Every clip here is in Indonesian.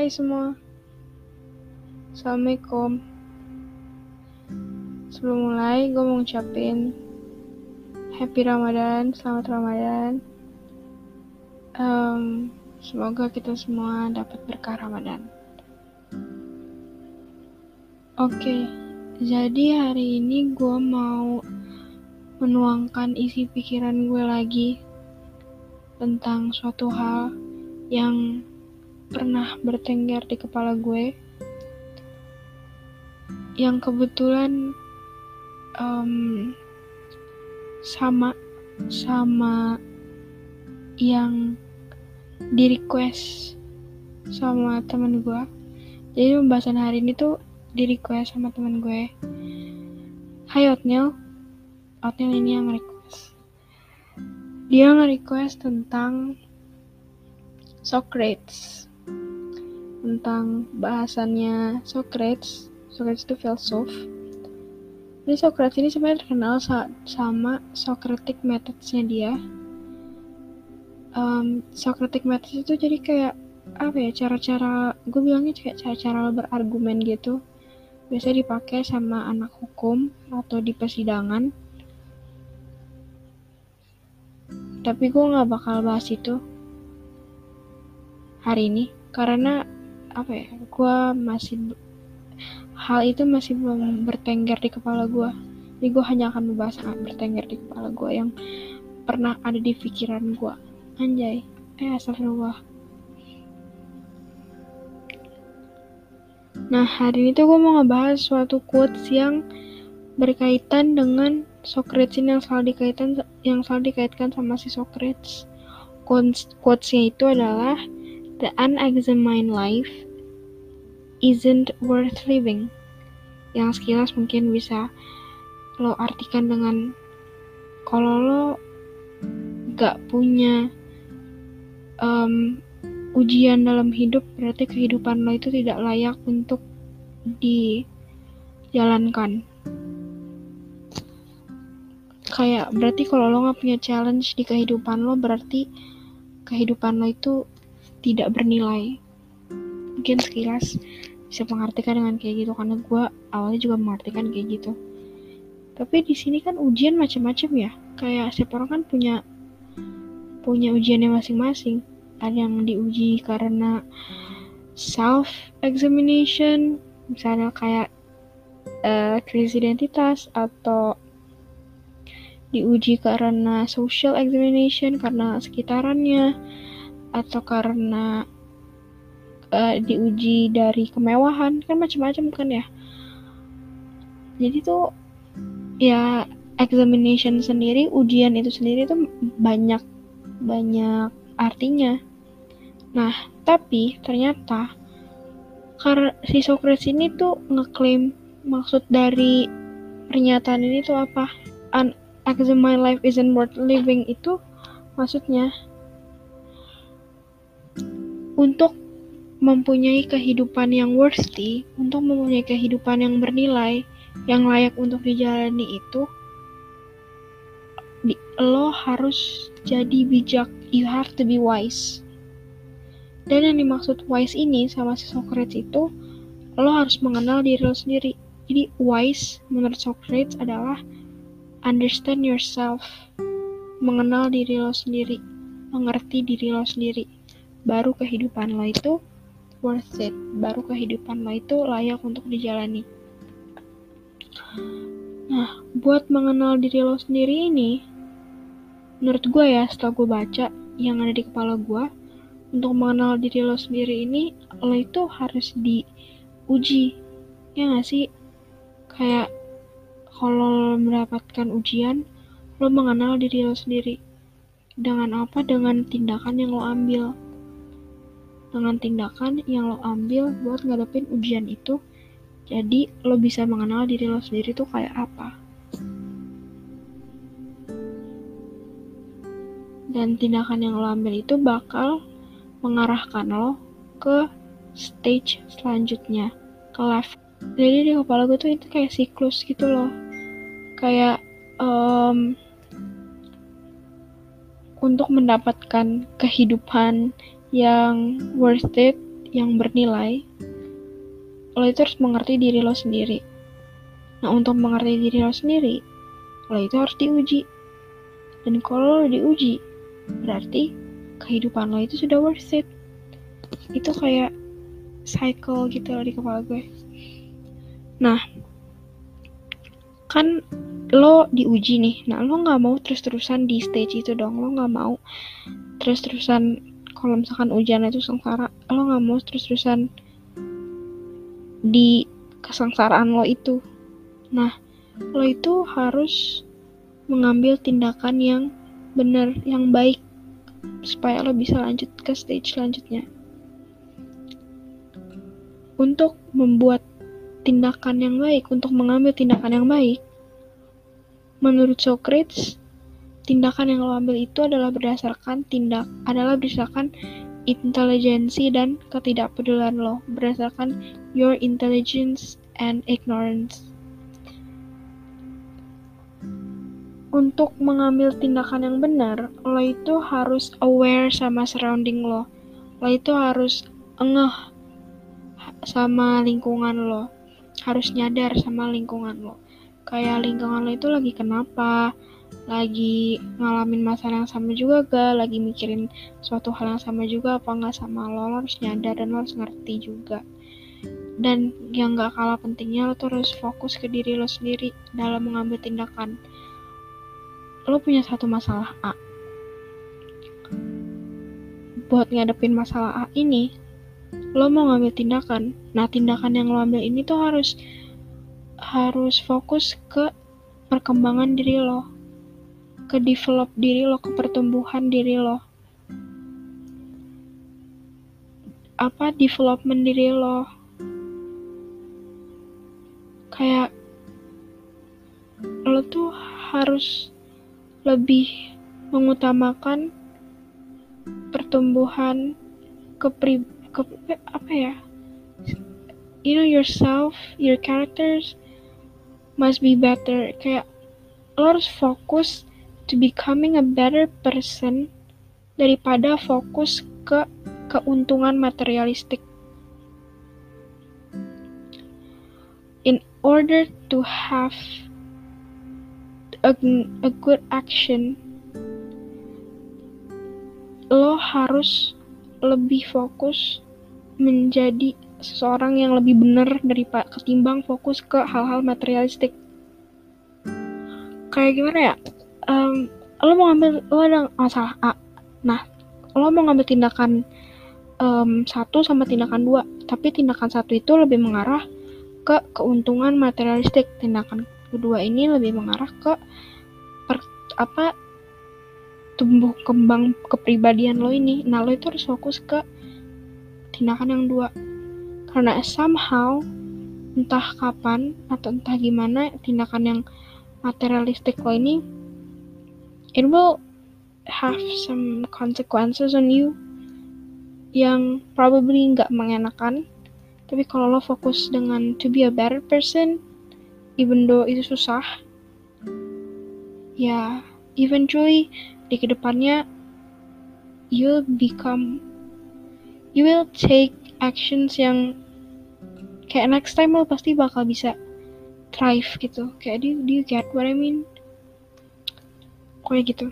Hai semua, Assalamualaikum. Sebelum mulai, gue mau ngucapin Happy Ramadan, Selamat Ramadan. Semoga kita semua dapat berkah Ramadan. Oke, jadi hari ini gue mau menuangkan isi pikiran gue lagi tentang suatu hal yang pernah bertengger di kepala gue, yang kebetulan sama yang di request sama temen gue. Jadi pembahasan hari ini tuh di request sama temen gue. Hai Otniel ini yang request. Dia nge-request tentang Socrates, tentang bahasannya Socrates itu filsuf. Jadi Socrates ini sebenarnya terkenal sama Socratic methods-nya dia. Socratic methods itu jadi kayak cara-cara, gue bilangnya kayak cara-cara berargumen gitu. Biasanya dipakai sama anak hukum atau di persidangan. Tapi gue gak bakal bahas itu hari ini karena hal itu masih belum bertengger di kepala gue. Jadi gue hanya akan membahas bertengger di kepala gue yang pernah ada di pikiran gue. Anjay, astagfirullah. Nah, hari ini tuh gue mau ngebahas suatu quotes yang berkaitan dengan Socrates ini, yang selalu dikaitkan sama si Socrates. Quotes-nya itu adalah, "The unexamined life isn't worth living." Yang sekilas mungkin bisa lo artikan dengan, kalau lo gak punya ujian dalam hidup, berarti kehidupan lo itu tidak layak untuk dijalankan. Kayak berarti kalau lo gak punya challenge di kehidupan lo, berarti kehidupan lo itu tidak bernilai. Mungkin sekilas bisa mengartikan dengan kayak gitu, karena gue awalnya juga mengartikan kayak gitu. Tapi di sini kan ujian macam-macam ya. Kayak setiap orang kan punya ujiannya masing-masing. Ada yang diuji karena self-examination, misalnya kayak krisis identitas, atau diuji karena social examination, karena sekitarannya, atau karena diuji dari kemewahan, kan macam-macam kan ya. Jadi tuh ya examination sendiri, ujian itu sendiri tuh banyak artinya. Nah, tapi ternyata karena si Socrates ini tuh ngeklaim, maksud dari pernyataan ini tuh apa? Unexamined life isn't worth living itu maksudnya untuk mempunyai kehidupan yang worthy, untuk mempunyai kehidupan yang bernilai, yang layak untuk dijalani itu, lo harus jadi bijak. You have to be wise. Dan yang dimaksud wise ini sama si Socrates itu, lo harus mengenal diri lo sendiri. Jadi wise menurut Socrates adalah understand yourself, mengenal diri lo sendiri, mengerti diri lo sendiri. Baru kehidupan lo itu worth it, baru kehidupan lo itu layak untuk dijalani. Nah, buat mengenal diri lo sendiri ini, menurut gue ya, setelah gue baca yang ada di kepala gue, untuk mengenal diri lo sendiri ini, lo itu harus diuji, ya gak sih? Kayak kalau lo mendapatkan ujian, lo mengenal diri lo sendiri. Dengan apa? Dengan tindakan yang lo ambil. Dengan tindakan yang lo ambil buat ngadepin ujian itu, jadi lo bisa mengenal diri lo sendiri tuh kayak apa. Dan tindakan yang lo ambil itu bakal mengarahkan lo ke stage selanjutnya, ke level. Jadi di kepala gue tuh itu kayak siklus gitu loh. Kayak untuk mendapatkan kehidupan yang worth it, yang bernilai, lo itu harus mengerti diri lo sendiri. Nah, untuk mengerti diri lo sendiri, lo itu harus diuji. Dan kalau lo diuji, berarti kehidupan lo itu sudah worth it. Itu kayak cycle gitu loh di kepala gue. Nah, kan lo diuji nih. Nah, lo gak mau terus-terusan di stage itu dong. Lo gak mau terus-terusan, kalau misalkan ujian itu sengsara, lo gak mau terus-terusan di kesengsaraan lo itu. Nah, lo itu harus mengambil tindakan yang benar, yang baik, supaya lo bisa lanjut ke stage selanjutnya. Untuk membuat tindakan yang baik, untuk mengambil tindakan yang baik, menurut Socrates, tindakan yang lo ambil itu adalah berdasarkan intelijensi dan ketidakpedulian lo, berdasarkan your intelligence and ignorance. Untuk mengambil tindakan yang benar, lo itu harus aware sama surrounding lo. Lo itu harus ngeh sama lingkungan lo, harus nyadar sama lingkungan lo. Kayak lingkungan lo itu lagi kenapa, lagi ngalamin masalah yang sama juga gak, lagi mikirin suatu hal yang sama juga apa gak sama lo. Lo harus nyadar dan lo harus ngerti juga. Dan yang gak kalah pentingnya, lo tuh harus fokus ke diri lo sendiri dalam mengambil tindakan. Lo punya satu masalah A. Buat ngadepin masalah A ini, lo mau ngambil tindakan. Nah, tindakan yang lo ambil ini tuh harus fokus ke perkembangan diri lo, ke develop diri lo, ke pertumbuhan diri lo. Apa development diri lo? Kayak lo tuh harus lebih mengutamakan pertumbuhan yourself, your characters must be better. Kayak lo harus fokus to becoming a better person daripada fokus ke keuntungan materialistik. In order to have a good action, lo harus lebih fokus menjadi seseorang yang lebih benar ketimbang fokus ke hal-hal materialistik. Kayak gimana ya? Lo ada masalah A. Nah, lo mau ngambil tindakan 1 sama tindakan 2, tapi tindakan 1 itu lebih mengarah ke keuntungan materialistik. Tindakan kedua ini lebih mengarah ke tumbuh kembang kepribadian lo ini. Nah, lo itu harus fokus ke tindakan yang 2. Karena somehow, entah kapan atau entah gimana, tindakan yang materialistik lo ini, it will have some consequences on you yang probably nggak mengenakan. Tapi kalau lo fokus dengan to be a better person, even though itu susah, ya eventually di kedepannya you will take actions yang kayak next time lo pasti bakal bisa thrive gitu. Kayak do you get what I mean? Kayak gitu.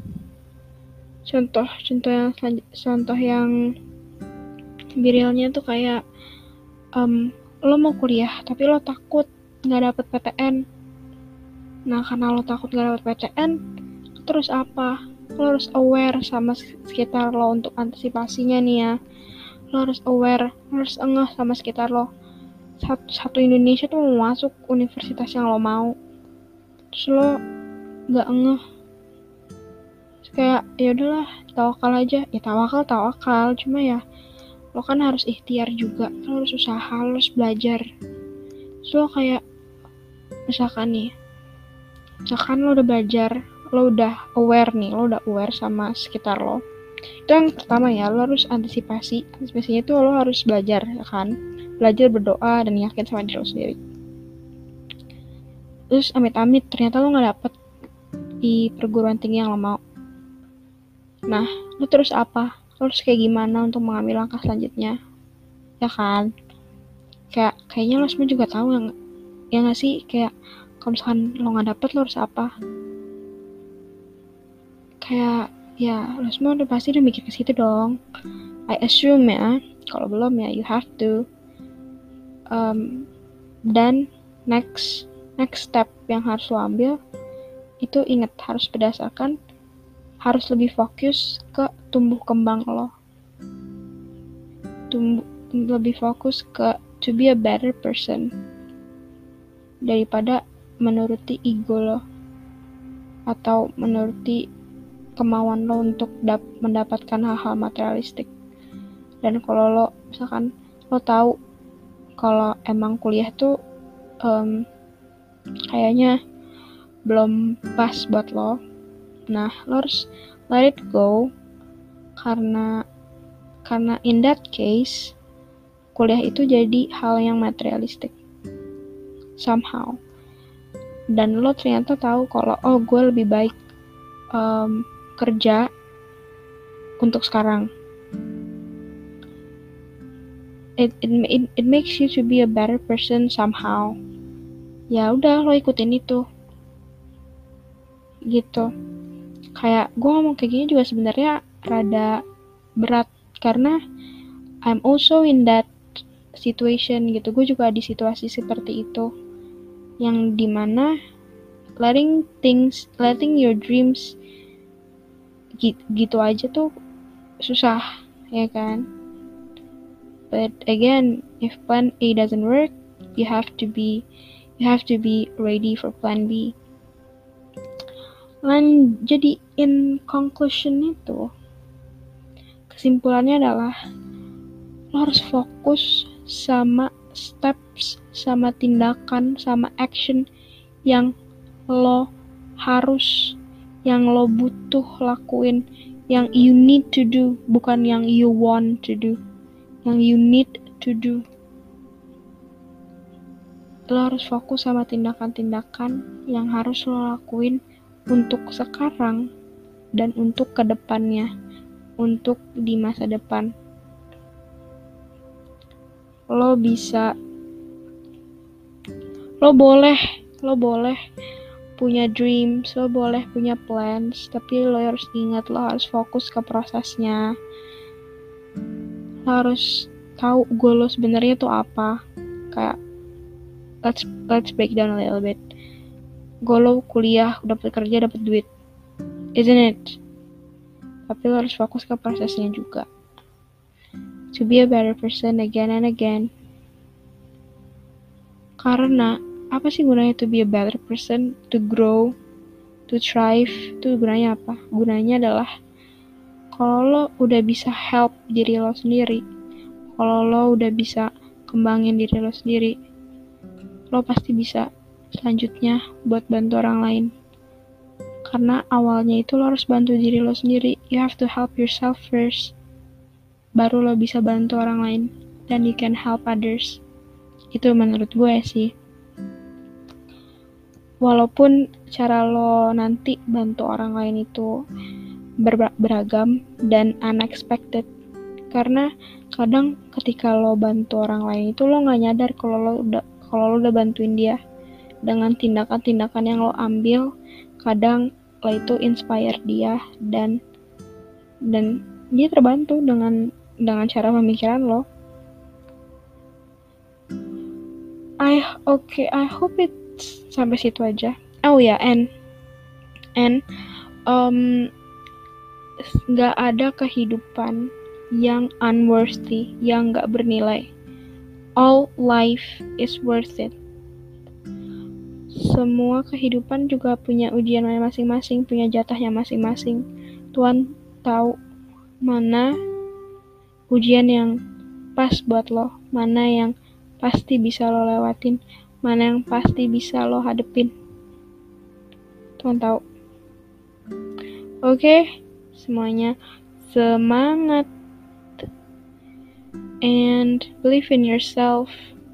Contoh yang realnya tuh kayak lo mau kuliah tapi lo takut nggak dapet PTN. Nah, karena lo takut nggak dapet PTN, terus apa? Lo harus aware sama sekitar lo untuk antisipasinya nih ya. Lo harus aware, lo harus ngeh sama sekitar lo. Satu Indonesia tuh mau masuk universitas yang lo mau, terus lo nggak ngeh, kayak ya udahlah tawakal aja. Ya tawakal, cuma ya lo kan harus ikhtiar juga, lo harus usaha, lo harus belajar. So kayak misalkan lo udah belajar, lo udah aware sama sekitar lo. Itu yang pertama ya, lo harus antisipasinya itu lo harus belajar, ya kan? Belajar, berdoa, dan yakin sama diri lo sendiri. Terus amit-amit ternyata lo gak dapet di perguruan tinggi yang lo mau. Nah, lo terus apa? Lo harus kayak gimana untuk mengambil langkah selanjutnya? ya kan? Kayaknya lo semua juga tahu yang ya nggak sih, kayak kalau misalkan lo nggak dapet lo harus apa, kayak ya lo semua udah pasti udah mikir ke situ dong, I assume ya. Kalau belum ya you have to. Dan next step yang harus lo ambil itu ingat harus lebih fokus ke tumbuh kembang lo, lebih fokus ke to be a better person daripada menuruti ego lo atau menuruti kemauan lo untuk mendapatkan hal-hal materialistik. Dan kalau lo misalkan lo tahu kalau emang kuliah tuh kayaknya belum pas buat lo, nah lo harus let it go, karena in that case kuliah itu jadi hal yang materialistik somehow, dan lo ternyata tahu kalau gue lebih baik kerja untuk sekarang. It makes you to be a better person somehow. Ya udah, lo ikutin itu gitu. Kayak gue ngomong kayak gini juga sebenarnya rada berat karena I'm also in that situation gitu. Gue juga di situasi seperti itu, yang dimana letting your dreams gitu aja tuh susah, ya kan? But again, if plan A doesn't work, you have to be ready for plan B. Dan jadi in conclusion itu, kesimpulannya adalah lo harus fokus sama steps, sama tindakan, sama action yang lo harus, yang lo butuh lakuin, yang you need to do, bukan yang you want to do, yang you need to do. Lo harus fokus sama tindakan-tindakan yang harus lo lakuin untuk sekarang dan untuk kedepannya, untuk di masa depan. Lo boleh punya dreams, lo boleh punya plans, tapi lo harus ingat lo harus fokus ke prosesnya. Lo harus tahu goal lo sebenarnya tuh apa. Kayak let's break down a little bit. Goal lo kuliah, dapat kerja, dapat duit, isn't it? Tapi lo harus fokus ke prosesnya juga. To be a better person again and again. Karena apa sih gunanya to be a better person, to grow, to thrive? Itu gunanya apa? Gunanya adalah kalau lo udah bisa help diri lo sendiri, kalau lo udah bisa kembangin diri lo sendiri, lo pasti bisa selanjutnya buat bantu orang lain. Karena awalnya itu lo harus bantu diri lo sendiri. You have to help yourself first, baru lo bisa bantu orang lain, dan you can help others. Itu menurut gue sih. Walaupun cara lo nanti bantu orang lain itu beragam dan unexpected, karena kadang ketika lo bantu orang lain itu lo nggak nyadar kalau lo udah bantuin dia dengan tindakan-tindakan yang lo ambil. Kadang lo itu inspire dia dan dia terbantu dengan cara pemikiran lo. I hope it's sampai situ aja. Oh ya, and nggak ada kehidupan yang unworthy, yang nggak bernilai. All life is worth it. Semua kehidupan juga punya ujiannya masing-masing, punya jatahnya masing-masing. Tuhan tahu mana ujian yang pas buat lo, mana yang pasti bisa lo lewatin, mana yang pasti bisa lo hadepin. Tuhan tahu. Oke, semuanya semangat and believe in yourself.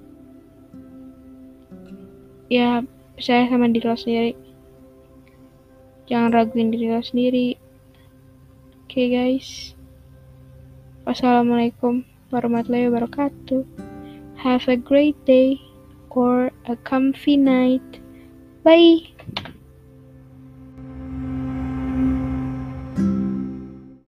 Ya, percaya sama diri lo sendiri. Jangan raguin diri lo sendiri. Oke guys. Wassalamualaikum. warahmatullahi wabarakatuh. Have a great day or a comfy night. Bye.